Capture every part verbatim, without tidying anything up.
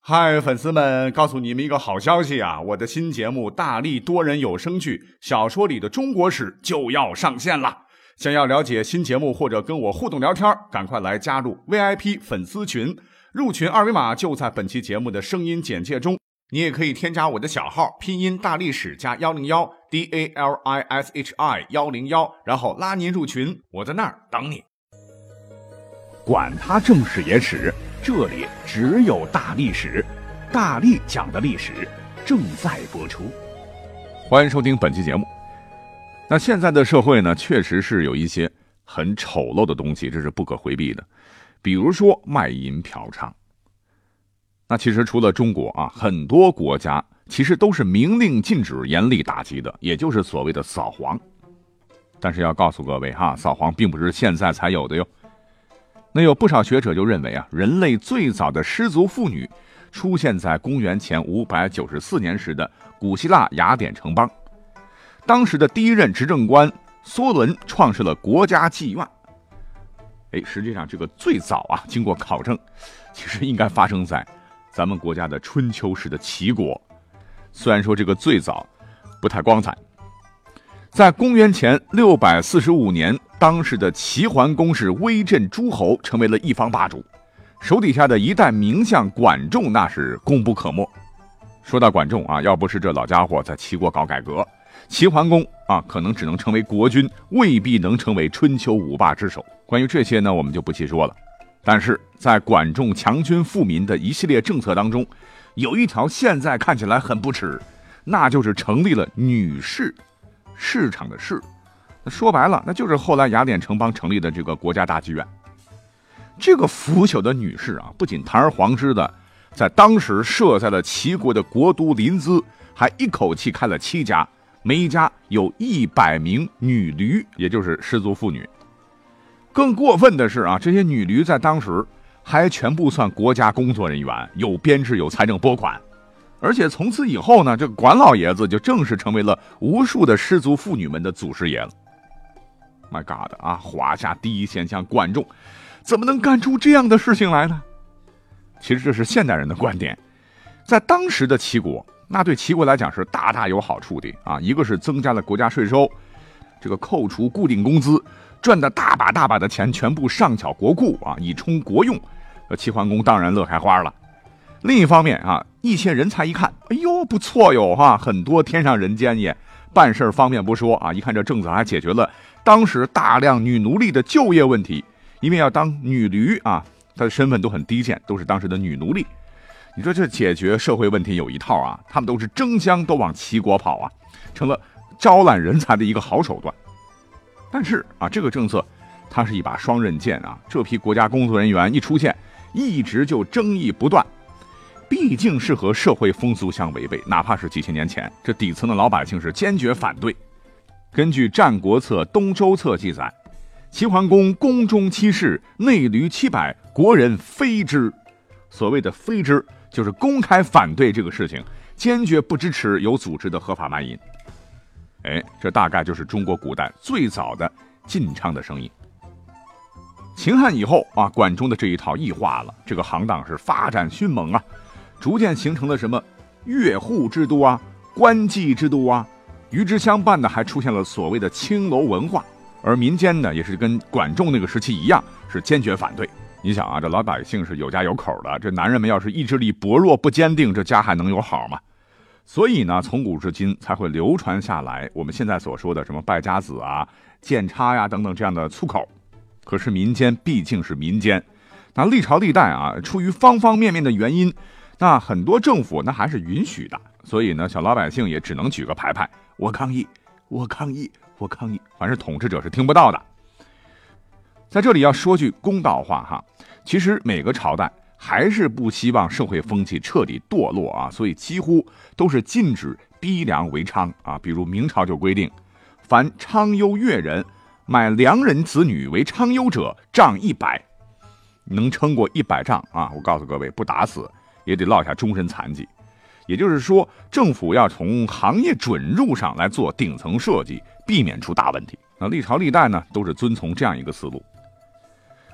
嗨，粉丝们，告诉你们一个好消息啊！我的新节目《大力多人有声剧小说里的中国史》就要上线了。想要了解新节目或者跟我互动聊天，赶快来加入 V I P 粉丝群，入群二维码就在本期节目的声音简介中。你也可以添加我的小号，拼音大历史加一零一 D A L I S H I 一零一，然后拉您入群，我在那儿等你。管他正史野史，这里只有大历史，大力讲的历史正在播出。欢迎收听本期节目。那现在的社会呢，确实是有一些很丑陋的东西，这是不可回避的。比如说卖淫嫖娼。那其实除了中国啊，很多国家其实都是明令禁止、严厉打击的，也就是所谓的扫黄。但是要告诉各位哈，扫黄并不是现在才有的哟。那有不少学者就认为啊，人类最早的失足妇女出现在公元前五百九十四年时的古希腊雅典城邦。当时的第一任执政官梭伦创设了国家妓院。哎，实际上这个最早啊，经过考证，其实应该发生在咱们国家的春秋时的齐国。虽然说这个最早不太光彩。在公元前六百四十五年，当时的齐桓公是威震诸侯，成为了一方霸主，手底下的一代名将管仲那是功不可没。说到管仲啊，要不是这老家伙在齐国搞改革，齐桓公啊可能只能成为国君，未必能成为春秋五霸之首。关于这些呢，我们就不细说了。但是在管仲强军富民的一系列政策当中，有一条现在看起来很不耻，那就是成立了女市，市场的市，那说白了，那就是后来雅典城邦成立的这个国家大剧院。这个腐朽的女市啊，不仅堂而皇之的在当时设在了齐国的国都临淄，还一口气开了七家，每一家有一百名女驴，也就是失足妇女。更过分的是啊，这些女驴在当时还全部算国家工作人员，有编制，有财政拨款。而且从此以后呢，这个管老爷子就正式成为了无数的失足妇女们的祖师爷了。My God 啊，华夏第一贤相管仲怎么能干出这样的事情来呢？其实这是现代人的观点。在当时的齐国，那对齐国来讲是大大有好处的啊，一个是增加了国家税收，这个扣除固定工资，赚的大把大把的钱全部上缴国库啊，以充国用。齐桓公当然乐开花了。另一方面啊，一些人才一看，哎呦不错哟哈，很多天上人间也。办事方面不说啊，一看这政策还解决了当时大量女奴隶的就业问题。因为要当女驴啊，她的身份都很低贱，都是当时的女奴隶。你说这解决社会问题有一套啊，他们都是争相都往齐国跑啊，成了招揽人才的一个好手段。但是啊，这个政策它是一把双刃剑啊，这批国家工作人员一出现，一直就争议不断。毕竟是和社会风俗相违背，哪怕是几千年前，这底层的老百姓是坚决反对。根据《战国策·东周策》记载，齐桓公宫中七室，内驴七百，国人非之。所谓的非之，就是公开反对这个事情，坚决不支持有组织的合法卖淫。哎，这大概就是中国古代最早的禁娼的生意。秦汉以后啊，管仲的这一套异化了，这个行当是发展迅猛啊，逐渐形成了什么乐户制度啊、官妓制度啊，与之相伴的还出现了所谓的青楼文化。而民间呢，也是跟管仲那个时期一样，是坚决反对。你想啊，这老百姓是有家有口的，这男人们要是意志力薄弱不坚定，这家还能有好吗？所以呢，从古至今才会流传下来我们现在所说的什么败家子啊、贱差呀等等这样的粗口。可是民间毕竟是民间，那历朝历代啊，出于方方面面的原因，那很多政府那还是允许的。所以呢，小老百姓也只能举个牌牌，我抗议，我抗议，我抗议，凡是统治者是听不到的。在这里要说句公道话哈，其实每个朝代还是不希望社会风气彻底堕落啊，所以几乎都是禁止逼良为娼啊。比如明朝就规定，凡娼优越人买良人子女为娼优者，杖一百。能撑过一百杖啊，我告诉各位，不打死也得落下终身残疾。也就是说，政府要从行业准入上来做顶层设计，避免出大问题。那历朝历代呢，都是遵从这样一个思路。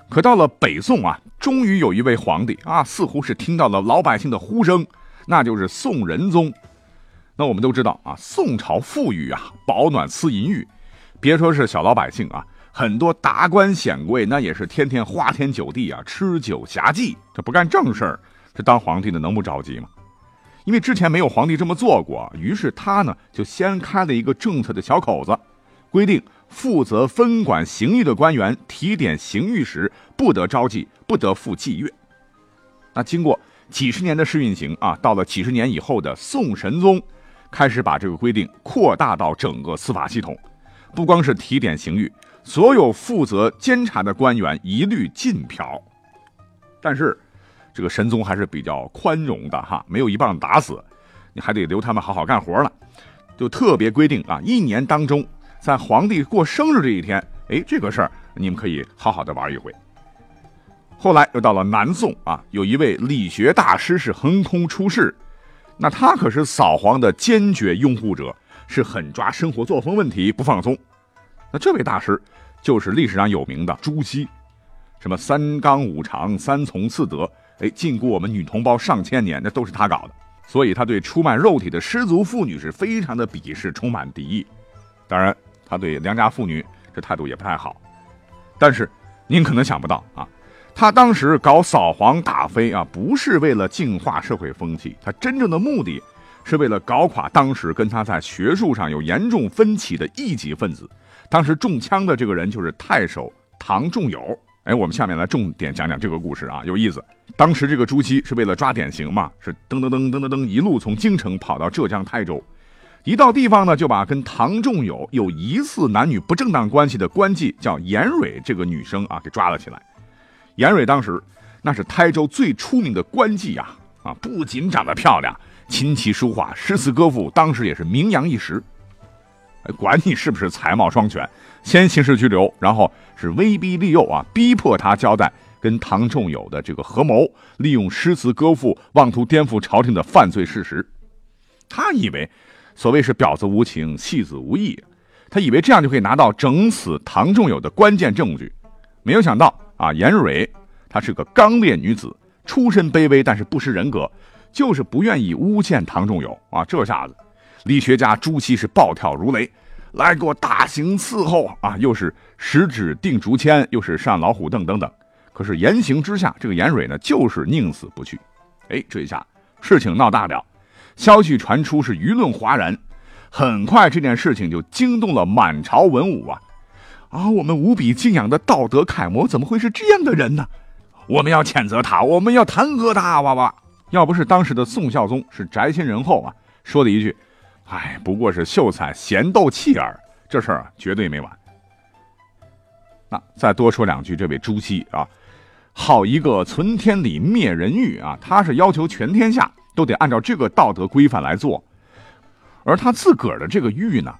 可到了北宋啊，终于有一位皇帝啊，似乎是听到了老百姓的呼声，那就是宋仁宗。那我们都知道啊，宋朝富裕啊，饱暖思淫欲，别说是小老百姓啊，很多达官显贵那也是天天花天酒地啊，吃酒侠妓，这不干正事儿，这当皇帝的能不着急吗？因为之前没有皇帝这么做过，于是他呢就先开了一个政策的小口子，规定负责分管刑狱的官员提点刑狱时不得招妓，不得赴妓乐。那经过几十年的试运行啊，到了几十年以后的宋神宗，开始把这个规定扩大到整个司法系统，不光是提点刑狱，所有负责监察的官员一律禁嫖。但是这个神宗还是比较宽容的哈，没有一棒打死，你还得留他们好好干活了。就特别规定啊，一年当中在皇帝过生日这一天，哎，这个事儿你们可以好好的玩一回。后来又到了南宋啊，有一位理学大师是横空出世，那他可是扫黄的坚决拥护者，是很抓生活作风问题不放松。那这位大师就是历史上有名的朱熹，什么三纲五常、三从四德，哎，禁锢我们女同胞上千年，那都是他搞的。所以他对出卖肉体的失足妇女是非常的鄙视，充满敌意。当然，他对良家妇女这态度也不太好。但是您可能想不到啊，他当时搞扫黄打非啊，不是为了净化社会风气，他真正的目的是为了搞垮当时跟他在学术上有严重分歧的异己分子。当时中枪的这个人就是太守唐仲友。哎，我们下面来重点讲讲这个故事啊，有意思。当时这个朱熹是为了抓典型嘛，是噔噔噔噔噔噔一路从京城跑到浙江台州，一到地方呢，就把跟唐仲友有疑似男女不正当关系的官妓叫严蕊这个女生啊给抓了起来。严蕊当时那是台州最出名的官妓啊，啊，不仅长得漂亮，琴棋书画、诗词歌赋，当时也是名扬一时。管你是不是才貌双全，先刑事拘留，然后是威逼利诱啊，逼迫他交代跟唐仲友的这个合谋，利用诗词歌赋妄图颠覆朝廷的犯罪事实。他以为所谓是婊子无情，戏子无义，他以为这样就可以拿到整死唐仲友的关键证据。没有想到啊，严蕊她是个刚烈女子，出身卑微，但是不失人格，就是不愿意诬陷唐仲友啊。这下子理学家朱熹是暴跳如雷，来给我大刑伺候啊！又是十指定竹签，又是上老虎凳等等。可是严刑之下，这个严蕊呢就是宁死不屈。哎，这一下事情闹大了，消息传出是舆论哗然，很快这件事情就惊动了满朝文武啊！啊，我们无比敬仰的道德楷模怎么会是这样的人呢？我们要谴责他，我们要弹劾他！哇哇！要不是当时的宋孝宗是宅心仁厚啊，说了一句：“哎，不过是秀才嫌斗气耳。”这事儿啊，绝对没完。那再多说两句，这位朱熹啊，好一个存天理灭人欲啊！他是要求全天下都得按照这个道德规范来做，而他自个儿的这个欲呢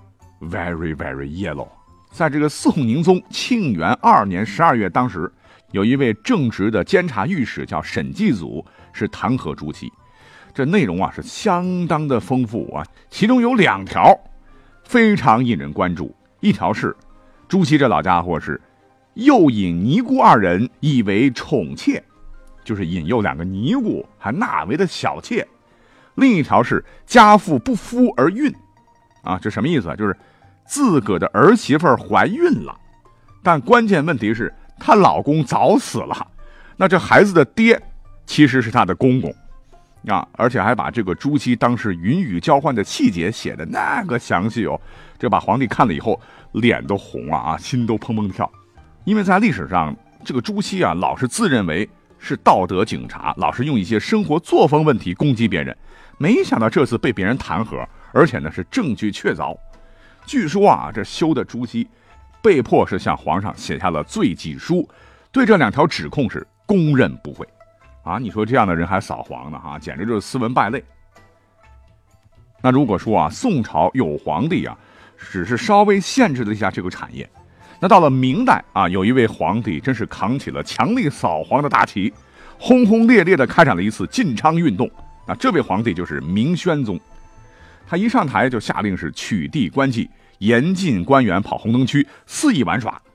，very very yellow。在这个宋宁宗庆元二年十二月，当时有一位正直的监察御史叫沈继祖，是弹劾朱熹。这内容啊是相当的丰富啊，其中有两条非常引人关注。一条是朱熹这老家伙是诱引尼姑二人以为宠妾，就是引诱两个尼姑还纳为的小妾。另一条是家父不夫而孕啊，这什么意思啊？就是自个的儿媳妇怀孕了，但关键问题是她老公早死了，那这孩子的爹其实是她的公公啊，而且还把这个朱熹当时云雨交换的细节写的那个详细哦，这把皇帝看了以后脸都红了啊，心都砰砰跳。因为在历史上这个朱熹啊老是自认为是道德警察，老是用一些生活作风问题攻击别人，没想到这次被别人弹劾，而且呢是证据确凿。据说啊，这羞的朱熹被迫是向皇上写下了罪己书，对这两条指控是供认不讳啊！你说这样的人还扫黄呢哈，简直就是斯文败类。那如果说啊，宋朝有皇帝啊，只是稍微限制了一下这个产业，那到了明代啊，有一位皇帝真是扛起了强力扫黄的大旗，轰轰烈烈地开展了一次禁娼运动。那这位皇帝就是明宣宗。他一上台就下令是取缔官妓，严禁官员跑红灯区肆意玩耍。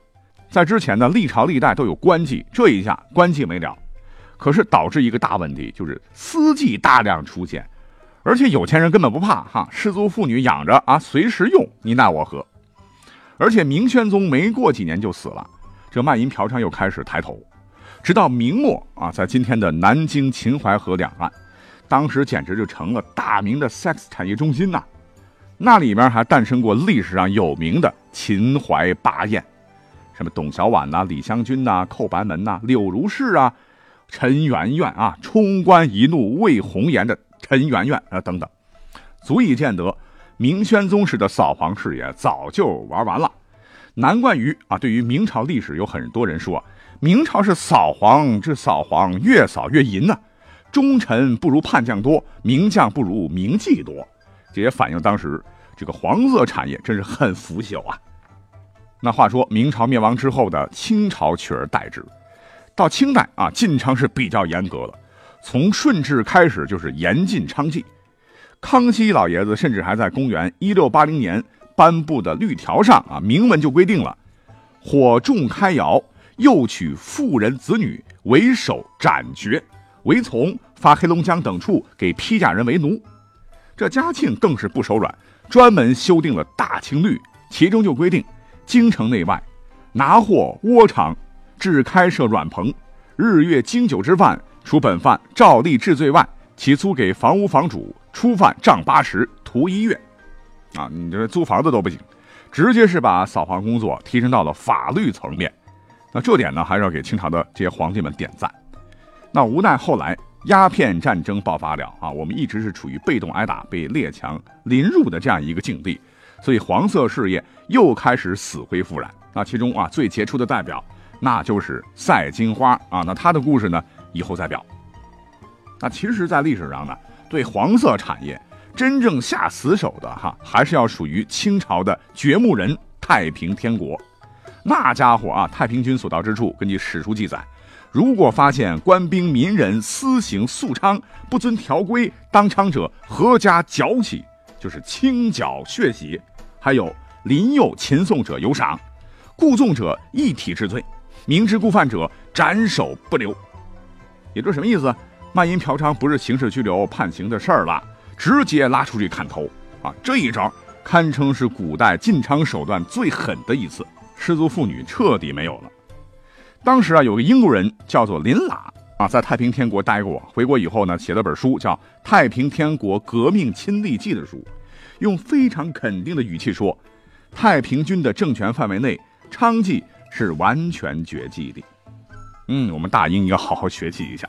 在之前呢，历朝历代都有官妓，这一下官妓没了，可是导致一个大问题，就是私妓大量出现，而且有钱人根本不怕哈，士族妇女养着啊，随时用，你奈我何。而且明宣宗没过几年就死了，这卖淫嫖娼又开始抬头，直到明末啊，在今天的南京秦淮河两岸，当时简直就成了大明的 sex 产业中心呐、啊。那里面还诞生过历史上有名的秦淮八艳，什么董小宛呐、啊、李香君呐、啊、寇白门呐、啊、柳如是啊、陈圆圆啊、冲冠一怒为红颜的陈圆圆啊等等，足以见得明宣宗时的扫黄事业早就玩完了。难怪于啊，对于明朝历史有很多人说，明朝是扫黄，这扫黄越扫越淫呐、啊，忠臣不如叛将多，名将不如名妓多。这也反映当时这个黄色产业真是很腐朽啊。那话说明朝灭亡之后的清朝取而代之，到清代啊，禁娼是比较严格了，从顺治开始就是严禁娼妓。康熙老爷子甚至还在公元一六八零年颁布的律条上啊，明文就规定了：火重开窑，诱取妇人子女，为首斩绝，为从发黑龙江等处给批假人为奴。这嘉庆更是不手软，专门修订了大清律，其中就规定，京城内外拿获窝场，至开设软棚，日月经久之犯，除本犯照例治罪外，其租给房屋房主，初犯杖八十，徒一月。啊，你这租房子都不行，直接是把扫黄工作提升到了法律层面。那这点呢，还是要给清朝的这些皇帝们点赞。那无奈后来鸦片战争爆发了啊，我们一直是处于被动挨打、被列强凌辱的这样一个境地，所以黄色事业又开始死灰复燃。那其中啊，最杰出的代表那就是赛金花啊，那她的故事呢，以后再表。那其实，在历史上呢，对黄色产业真正下死手的哈，还是要属于清朝的掘墓人太平天国。那家伙啊，太平军所到之处，根据史书记载，如果发现官兵民人私行宿娼，不遵条规当娼者，合家绞起，就是清剿血洗；还有临诱擒送者有赏，故纵者一体治罪，明知故犯者斩首不留。也就是什么意思？卖淫嫖娼不是刑事拘留判刑的事儿了，直接拉出去砍头啊！这一招堪称是古代禁娼手段最狠的一次，失足妇女彻底没有了。当时啊，有个英国人叫做林喇啊，在太平天国待过，回国以后呢，写了本书叫《太平天国革命亲历记》的书，用非常肯定的语气说，太平军的政权范围内，娼妓是完全绝迹的。嗯，我们大英要好好学习一下。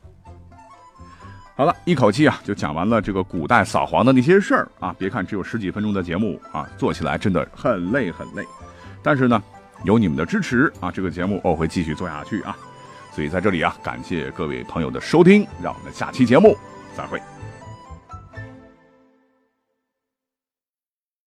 好了，一口气啊就讲完了这个古代扫黄的那些事儿啊。别看只有十几分钟的节目啊，做起来真的很累很累。但是呢，有你们的支持啊，这个节目我会继续做下去啊。所以在这里啊，感谢各位朋友的收听，让我们下期节目再会。